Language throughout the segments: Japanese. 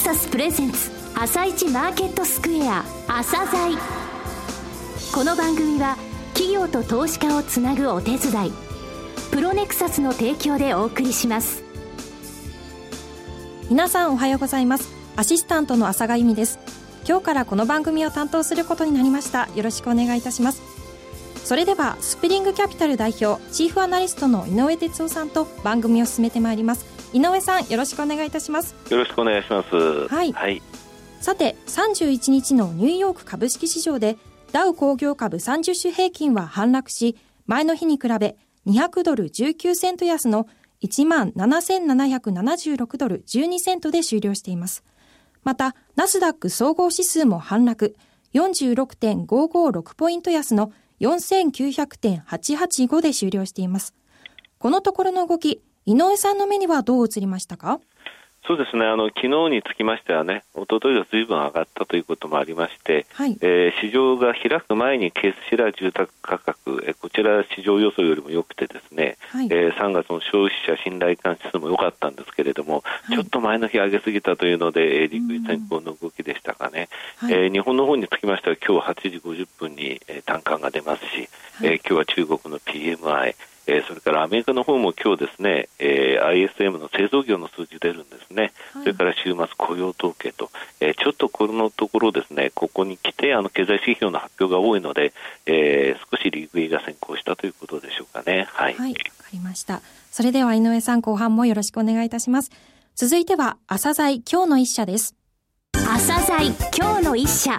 サスプレゼンツ朝市マーケットスクエア朝鮮。この番組は企業と投資家をつなぐお手伝い、プロネクサスの提供でお送りします。 皆さんおはようございます。アシスタントの浅賀由美です。今日からこの番組を担当することになりました。よろしくお願いいたします。それではスプリングキャピタル代表チーフアナリストの井上哲夫さんと番組を進めてまいります。井上さん、よろしくお願いいたします。 よろしくお願いします。 はい、はい、さて31日のニューヨーク株式市場でダウ工業株30種平均は反落し、前の日に比べ200ドル19セント安の 17,776 ドル12セントで終了しています。またナスダック総合指数も反落、 46.556 ポイント安の 4900.885 で終了しています。このところの動き、井上さんの目にはどう映りましたか？ そうですね、昨日につきましてはね、一昨日は随分上がったということもありまして、はい、市場が開く前にケースシラー住宅価格、こちら市場予想よりも良くてですね、はい、3月の消費者信頼感指数も良かったんですけれども、はい、ちょっと前の日上げすぎたというので、利食い先行の動きでしたかね。はい、日本の方につきましては今日8時50分に短観が出ますし、はい、今日は中国の PMI、それからアメリカの方も今日ですね、ISM の製造業の数字出るんですね。はい、それから週末雇用統計と、ちょっとこのところですね、ここに来て経済指標の発表が多いので、少し利食いが先行したということでしょうかね。はい、はい、わかりました。それでは井上さん、後半もよろしくお願いいたします。続いては朝鮮今日の一社です。 朝鮮今日の一社。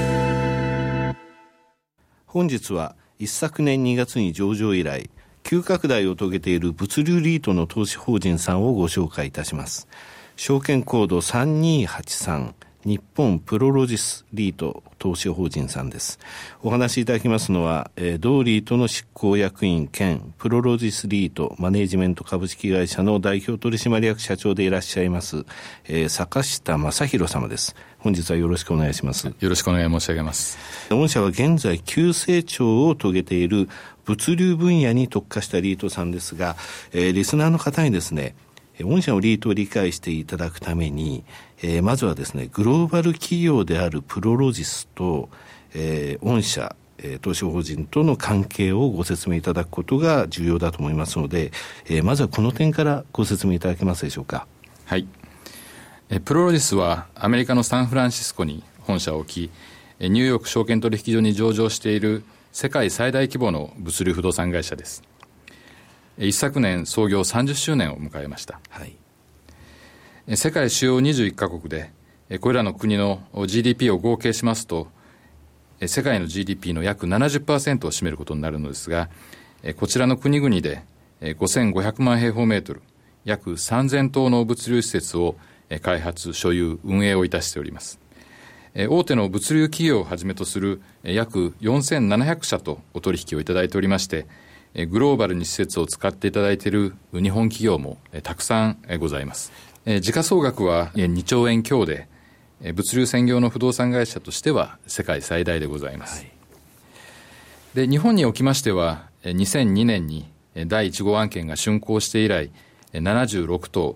本日は一昨年2月に上場以来急拡大を遂げている物流リートの投資法人さんをご紹介いたします。証券コード3283日本プロロジスリート投資法人さんです。お話しいただきますのは、同リートの執行役員兼プロロジスリートマネージメント株式会社の代表取締役社長でいらっしゃいます、坂下正弘様です。本日はよろしくお願いします。 よろしくお願い申し上げます。 御社は現在急成長を遂げている物流分野に特化したリートさんですが、リスナーの方にですね、御社のリートを理解していただくために、まずはですね、グローバル企業であるプロロジスと、御社、投資法人との関係をご説明いただくことが重要だと思いますので、まずはこの点からご説明いただけますでしょうか。 はい。プロロジスはアメリカのサンフランシスコに本社を置き、ニューヨーク証券取引所に上場している世界最大規模の物流不動産会社です。一昨年創業30周年を迎えました。はい、世界主要21カ国でこれらの国の GDP を合計しますと、世界の GDP の約 70% を占めることになるのですが、こちらの国々で5500万平方メートル、約3000棟の物流施設を開発、所有、運営をいたしております。大手の物流企業をはじめとする約4700社とお取引をいただいておりまして、グローバルに施設を使っていただいている日本企業もたくさんございます。時価総額は2兆円強で、物流専業の不動産会社としては世界最大でございます。はい、で、日本におきましては2002年に第1号案件が竣工して以来76棟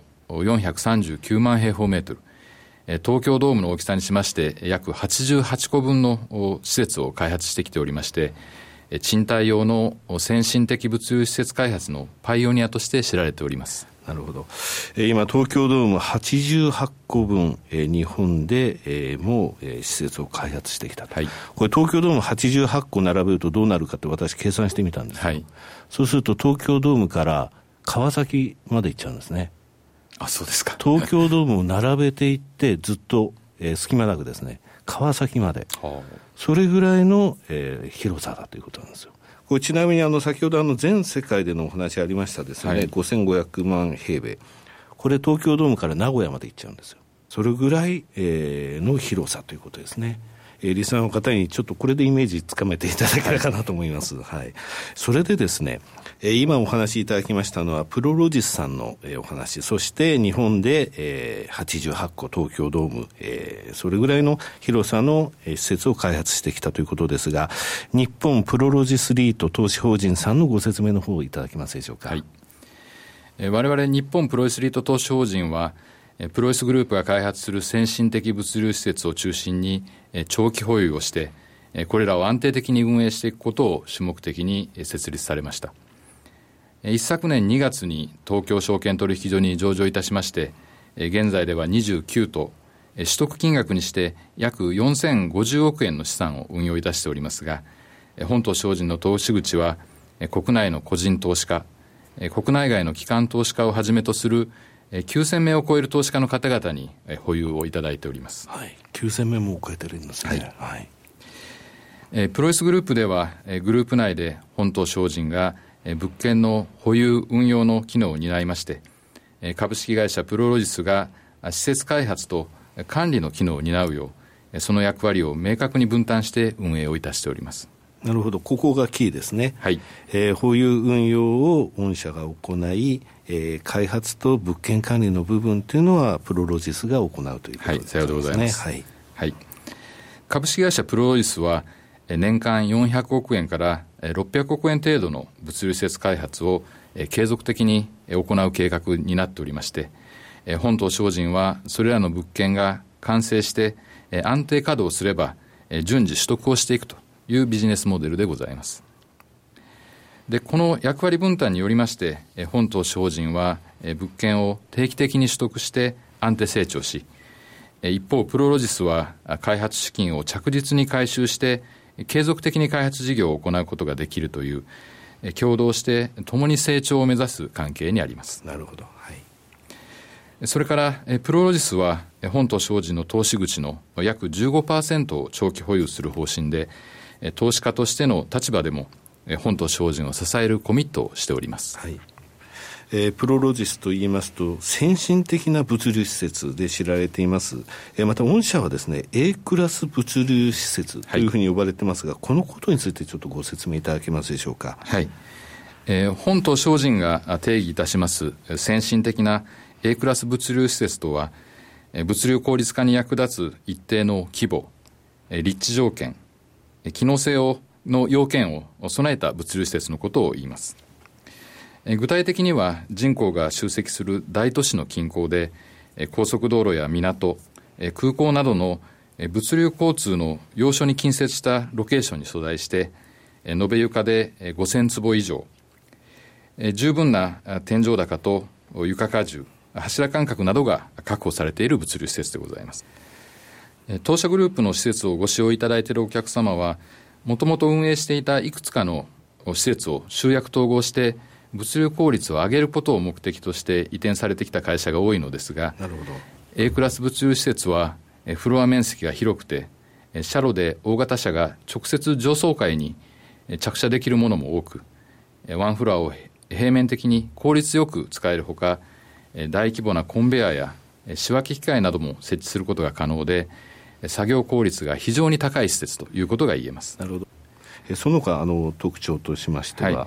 439万平方メートル、東京ドームの大きさにしまして約88個分の施設を開発してきておりまして、賃貸用の先進的物流施設開発のパイオニアとして知られております。 なるほど。今東京ドーム88個分、日本で、もう、施設を開発してきたと、はい、これ東京ドーム88個並べるとどうなるかって私計算してみたんです、はい、そうすると東京ドームから川崎まで行っちゃうんですね。 あ、そうですか。 東京ドームを並べていってずっと、隙間なくですね、川崎まで、それぐらいの、広さだということなんですよ。これちなみに先ほど全世界でのお話ありましたですね、はい、5500万平米、これ東京ドームから名古屋まで行っちゃうんですよ。それぐらい、の広さということですね。リスナーの方にちょっとこれでイメージつかめていただけたかなと思います。はい。それでですね、今お話しいただきましたのはプロロジスさんの、お話、そして日本で、88個東京ドーム、それぐらいの広さの施設を開発してきたということですが、日本プロロジスリート投資法人さんのご説明の方をいただけますでしょうか。 はい。我々日本プロロジスリート投資法人はプロレスグループが開発する先進的物流施設を中心に長期保有をして、これらを安定的に運営していくことを主目的に設立されました。一昨年2月に東京証券取引所に上場いたしまして、現在では29と取得金額にして約4050億円の資産を運用いたしておりますが、本島商事の投資口は国内の個人投資家、国内外の機関投資家をはじめとする9000名を超える投資家の方々に保有をいただいております。 はい、9000名も超えてるんですね。 はい。プロレスグループではグループ内で本島商人が物件の保有運用の機能を担いまして、株式会社プロロジスが施設開発と管理の機能を担うよう、その役割を明確に分担して運営をいたしております。 なるほど、ここがキーですね。 はい。 保有運用を御社が行い、開発と物件管理の部分というのはプロロジスが行うということですね。はい、 さようでございます。 はい。 はい。株式会社プロロジスは年間400億円から600億円程度の物流施設開発を継続的に行う計画になっておりまして、本島商人はそれらの物件が完成して安定稼働すれば順次取得をしていくというビジネスモデルでございます。で、この役割分担によりまして本島商人は物件を定期的に取得して安定成長し、一方プロロジスは開発資金を着実に回収して継続的に開発事業を行うことができるという共同して共に成長を目指す関係にあります。 なるほど。はい。 それからプロロジスは本島商事の投資口の約 15% を長期保有する方針で、投資家としての立場でも本島商人を支えるコミットをしております。 はい。プロロジスといいますと先進的な物流施設で知られています。また御社はですね A クラス物流施設というふうに呼ばれてますが、はい、このことについてちょっとご説明いただけますでしょうか。 はい。本島商人が定義いたします先進的な A クラス物流施設とは、物流効率化に役立つ一定の規模、立地条件、機能性の要件を備えた物流施設のことを言います。具体的には人口が集積する大都市の近郊で高速道路や港、空港などの物流交通の要所に近接したロケーションに所在して延べ床で5000坪以上、十分な天井高と床荷重、柱間隔などが確保されている物流施設でございます。当社グループの施設をご使用いただいているお客様はもともと運営していたいくつかの施設を集約統合して物流効率を上げることを目的として移転されてきた会社が多いのですが、 なるほど。 A クラス物流施設はフロア面積が広くて車路で大型車が直接上層階に着車できるものも多く、ワンフロアを平面的に効率よく使えるほか、大規模なコンベヤーや仕分け機械なども設置することが可能で作業効率が非常に高い施設ということが言えます。 なるほど。その他特徴としましては、 はい、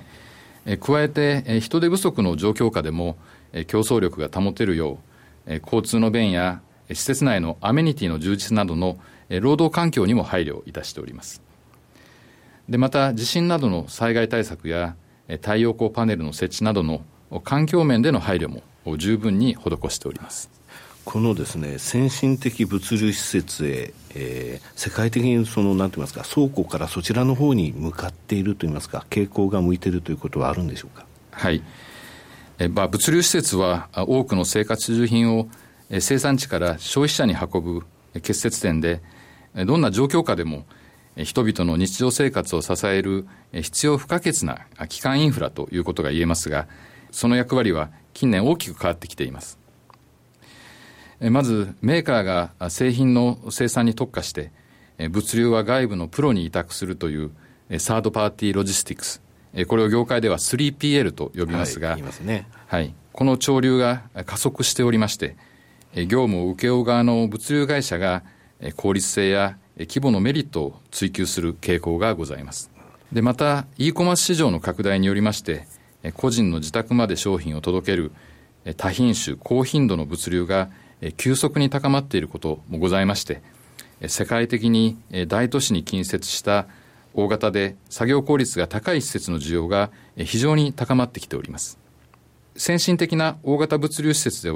加えて人手不足の状況下でも競争力が保てるよう交通の便や施設内のアメニティの充実などの労働環境にも配慮いたしております。でまた地震などの災害対策や太陽光パネルの設置などの環境面での配慮も十分に施しております。 このですね先進的物流施設へ、世界的になんて言いますか倉庫からそちらの方に向かっていると言いますか傾向が向いているということはあるんでしょうか。 はい。物流施設は多くの生活必需品を生産地から消費者に運ぶ結節点でどんな状況下でも人々の日常生活を支える必要不可欠な基幹インフラということが言えますが、その役割は近年大きく変わってきています。まずメーカーが製品の生産に特化して物流は外部のプロに委託するというサードパーティーロジスティクス、これを業界では 3PL と呼びますが、 はい、言いますね。 はい、この潮流が加速しておりまして業務を請け負う側の物流会社が効率性や規模のメリットを追求する傾向がございます。でまた e コマース市場の拡大によりまして個人の自宅まで商品を届ける多品種高頻度の物流が急速に高まっていることもございまして、世界的に大都市に近接した大型で作業効率が高い施設の需要が非常に高まってきております。先進的な大型物流施設では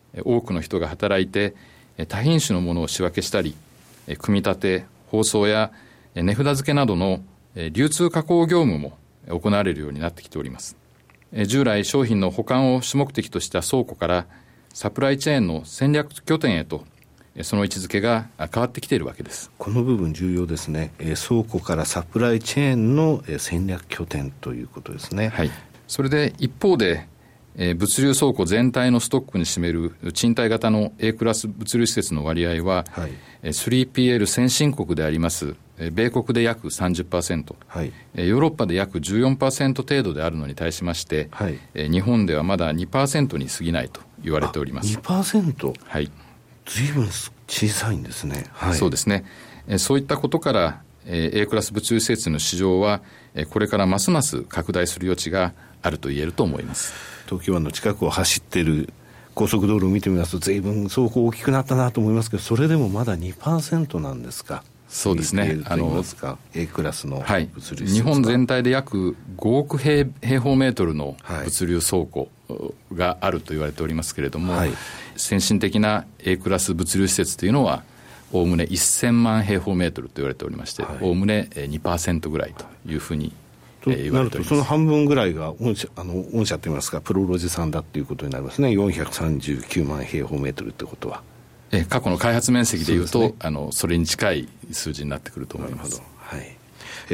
多くの人が働いて多品種のものを仕分けしたり、組み立て、包装や値札付けなどの流通加工業務も行われるようになってきております。従来商品の保管を主目的とした倉庫からサプライチェーンの戦略拠点へとその位置づけが変わってきているわけです。 この部分重要ですね。倉庫からサプライチェーンの戦略拠点ということですね。 はい。それで一方で物流倉庫全体のストックに占める賃貸型の A クラス物流施設の割合は、はい、3PL 先進国であります米国で約 30%、はい、ヨーロッパで約 14% 程度であるのに対しまして、はい、日本ではまだ 2% に過ぎないと言われております。 2%？ はい。 随分小さいんですね。 はい、そうですね。そういったことから、A クラス物流施設の市場はこれからますます拡大する余地があると言えると思います。 東京湾の近くを走っている高速道路を見てみますと随分倉庫大きくなったなと思いますけど、それでもまだ 2% なんですか。 そうですね。 A クラスの物流施設、はい、 日本全体で約5億平方メートルの物流倉庫があると言われておりますけれども、はい、先進的な A クラス物流施設というのはおおむね1000万平方メートルと言われておりまして、おおむね 2% ぐらいというふうに言われております。 その半分ぐらいが御社といいますかプロロジさんだということになりますね。439万平方メートルということは過去の開発面積でいうと それに近い数字になってくると思います。 はい。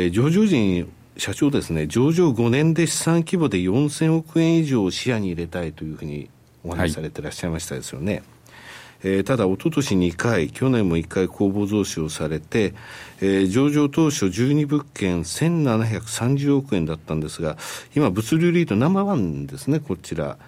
上場時に社長ですね、上場5年で資産規模で4000億円以上を視野に入れたいというふうにお話しされていらっしゃいましたですよね。はい。ただ一昨年2回去年も1回公募増資をされて、上場当初12物件1730億円だったんですが、今物流リートナンバーワンですね。こちら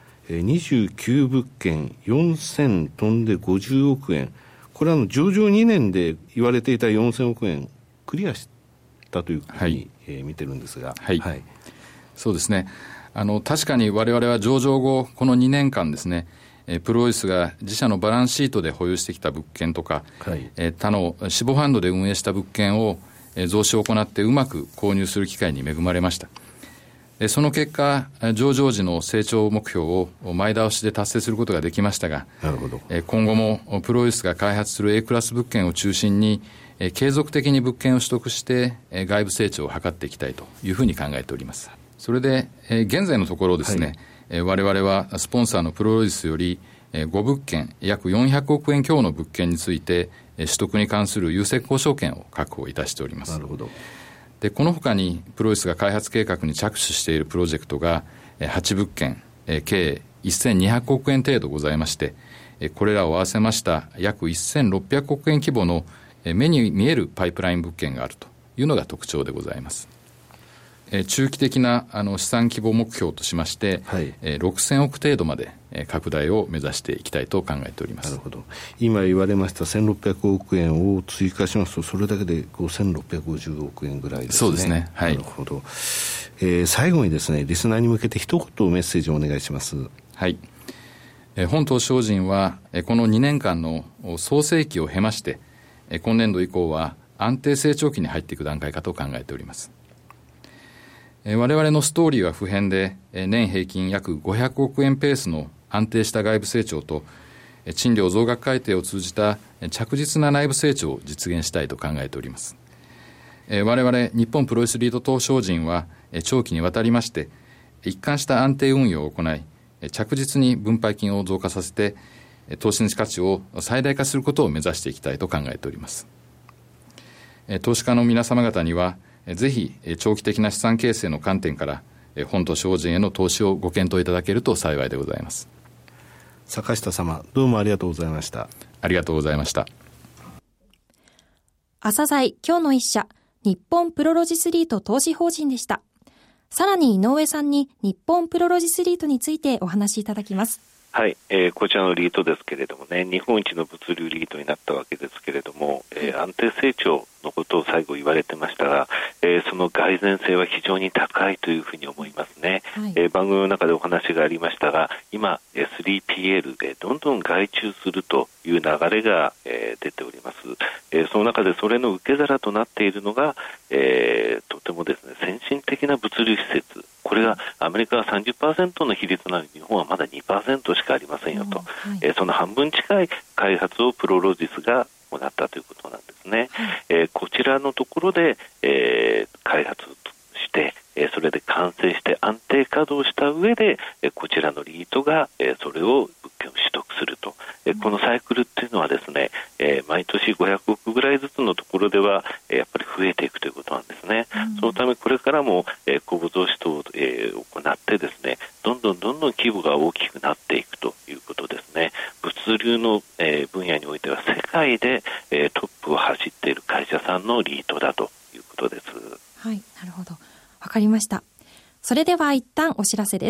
29物件4000飛んで50億円、これは上場2年で言われていた4000億円クリアしたというふうに、見てるんですが、 はいはい、そうですね。確かに我々は上場後この2年間ですね、プロイスが自社のバランスシートで保有してきた物件とか、はい、他の死亡ファンドで運営した物件を増資を行ってうまく購入する機会に恵まれました。その結果上場時の成長目標を前倒しで達成することができましたが、 なるほど。 今後もプロイスが開発する A クラス物件を中心に継続的に物件を取得して外部成長を図っていきたいというふうに考えております。それで現在のところですね、はい、我々はスポンサーのプロイスより5物件約400億円強の物件について取得に関する優先交渉権を確保いたしております。 なるほど。 でこの他にプロイスが開発計画に着手しているプロジェクトが8物件計1200億円程度ございまして、これらを合わせました約1600億円規模の目に見えるパイプライン物件があるというのが特徴でございます。中期的な資産規模目標としまして、はい、6000億程度まで拡大を目指していきたいと考えております。 なるほど。今言われました1600億円を追加しますとそれだけで5650億円ぐらいですね。 そうですね。はい。 なるほど。最後にですねリスナーに向けて一言メッセージをお願いします。 はい。本投資法人はこの2年間の創成期を経まして今年度以降は安定成長期に入っていく段階かと考えております。我々のストーリーは不変で年平均約500億円ペースの安定した外部成長と賃料増額改定を通じた着実な内部成長を実現したいと考えております。我々日本プロレスリート投資法人は長期にわたりまして一貫した安定運用を行い着実に分配金を増加させて投資主価値を最大化することを目指していきたいと考えております。投資家の皆様方にはぜひ長期的な資産形成の観点から本投資法人への投資をご検討いただけると幸いでございます。 坂下様どうもありがとうございました。 ありがとうございました。 朝鮮今日の一社日本プロロジスリート投資法人でした。さらに井上さんに日本プロロジスリートについてお話しいただきます。 はい、こちらのリートですけれどもね、日本一の物流リートになったわけですけれども、安定成長のことを最後言われてましたが、その蓋然性は非常に高いというふうに思いますね。はい、番組の中でお話がありましたが、今 3PL でどんどん外注するという流れが、出ております。その中でそれの受け皿となっているのが、とてもですね先進的な物流施設これがアメリカは 30% の比率なのに日本はまだ 2% しかありませんよと、その半分近い開発をプロロジスが行ったということなんですね。こちらのところで、開発してそれで完成して安定稼働した上でこちらのリートがそれを物件を取得すると、このサイクルっていうのはですね、毎年500億ぐらいずつのところではやっぱり増えていくということなんですね。そのためこれからも公募増資等を行ってですね、どんどん規模が大きくなっていくということですね。物流の分野においては世界でトップを走っている会社さんのリートだということです。 はい、なるほど、わかりました。それでは一旦お知らせです。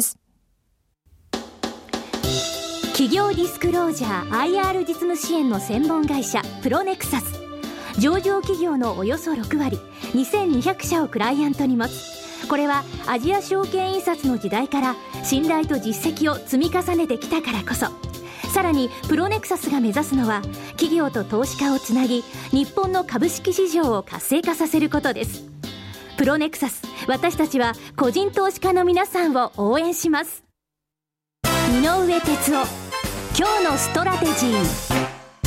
企業ディスクロージャー IR 実務支援の専門会社プロネクサス、上場企業のおよそ6割2200社をクライアントに持つ。これはアジア証券印刷の時代から信頼と実績を積み重ねてきたからこそ。さらにプロネクサスが目指すのは企業と投資家をつなぎ日本の株式市場を活性化させることです。プロネクサス、私たちは個人投資家の皆さんを応援します。井上哲夫、今日のストラテジー。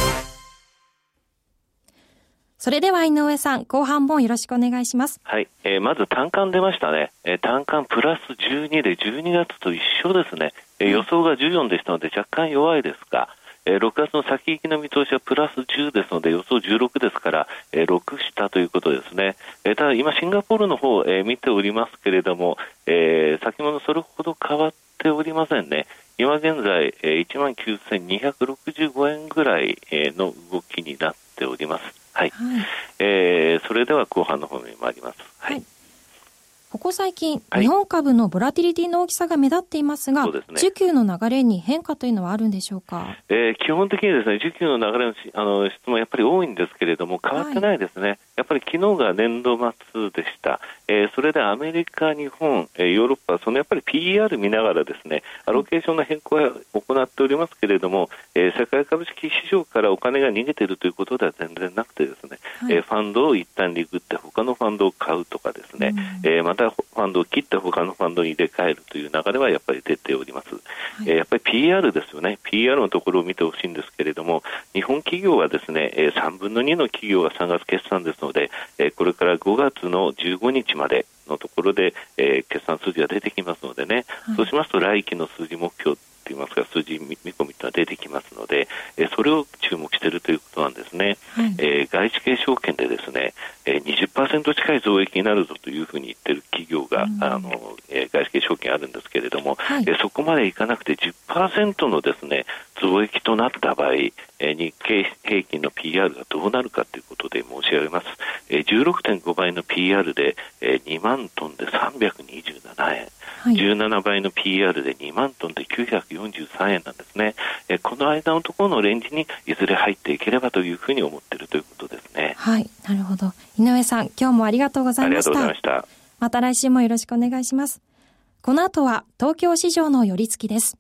それでは井上さん、後半もよろしくお願いします。 はい、まず単価出ましたね。単価プラス12で12月と一緒ですね。予想が14でしたので若干弱いですが、6月の先行きの見通しはプラス10ですので予想16ですから、6下ということですね。ただ今シンガポールの方、見ておりますけれども、先物それほど変わっておりませんね。今現在、19,265 円ぐらいの動きになっております。はい。それでは後半の方に参ります。はい。はい、 ここ最近、日本株のボラティリティの大きさが目立っていますが、需給の流れに変化というのはあるんでしょうか。 基本的にですね、需給の流れの質問やっぱり多いんですけれども、変わってないですね。やっぱり昨日が年度末でした。それでアメリカ、日本、ヨーロッパ、そのやっぱり PER 見ながらですね、アロケーションの変更は行っておりますけれども、世界株式市場からお金が逃げているということでは全然なくてですね、ファンドを一旦リグって他のファンドを買うとかですね、またファンドを切って他のファンドに入れ替えるという流れはやっぱり出ております。やっぱり PR ですよね。PR のところを見てほしいんですけれども、日本企業はですね、3分の2の企業が3月決算ですので、これから5月の15日までのところで、決算数字が出てきますのでね、そうしますと来期の数字目標といいますか数字見込みというのは出てきますので、それを注目しているということなんですね。外資系証券でですね、20% 近い増益になるぞというふうに言っている企業が、外資系証券あるんですけれども、そこまでいかなくて 10% のですね増益となった場合、日経平均の PR がどうなるかということで申し上げます。16.5 倍の PR で2万トンで327円、17倍の PR で2万トンで943円なんですね。この間のところのレンジにいずれ入っていければというふうに思っているということですね。 はい、なるほど。井上さん、今日もありがとうございました。 ありがとうございました。 また来週もよろしくお願いします。この後は東京市場の寄り付きです。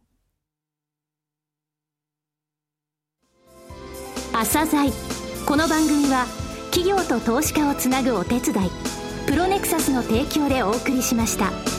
朝鮮。この番組は企業と投資家をつなぐお手伝いプロネクサスの提供でお送りしました。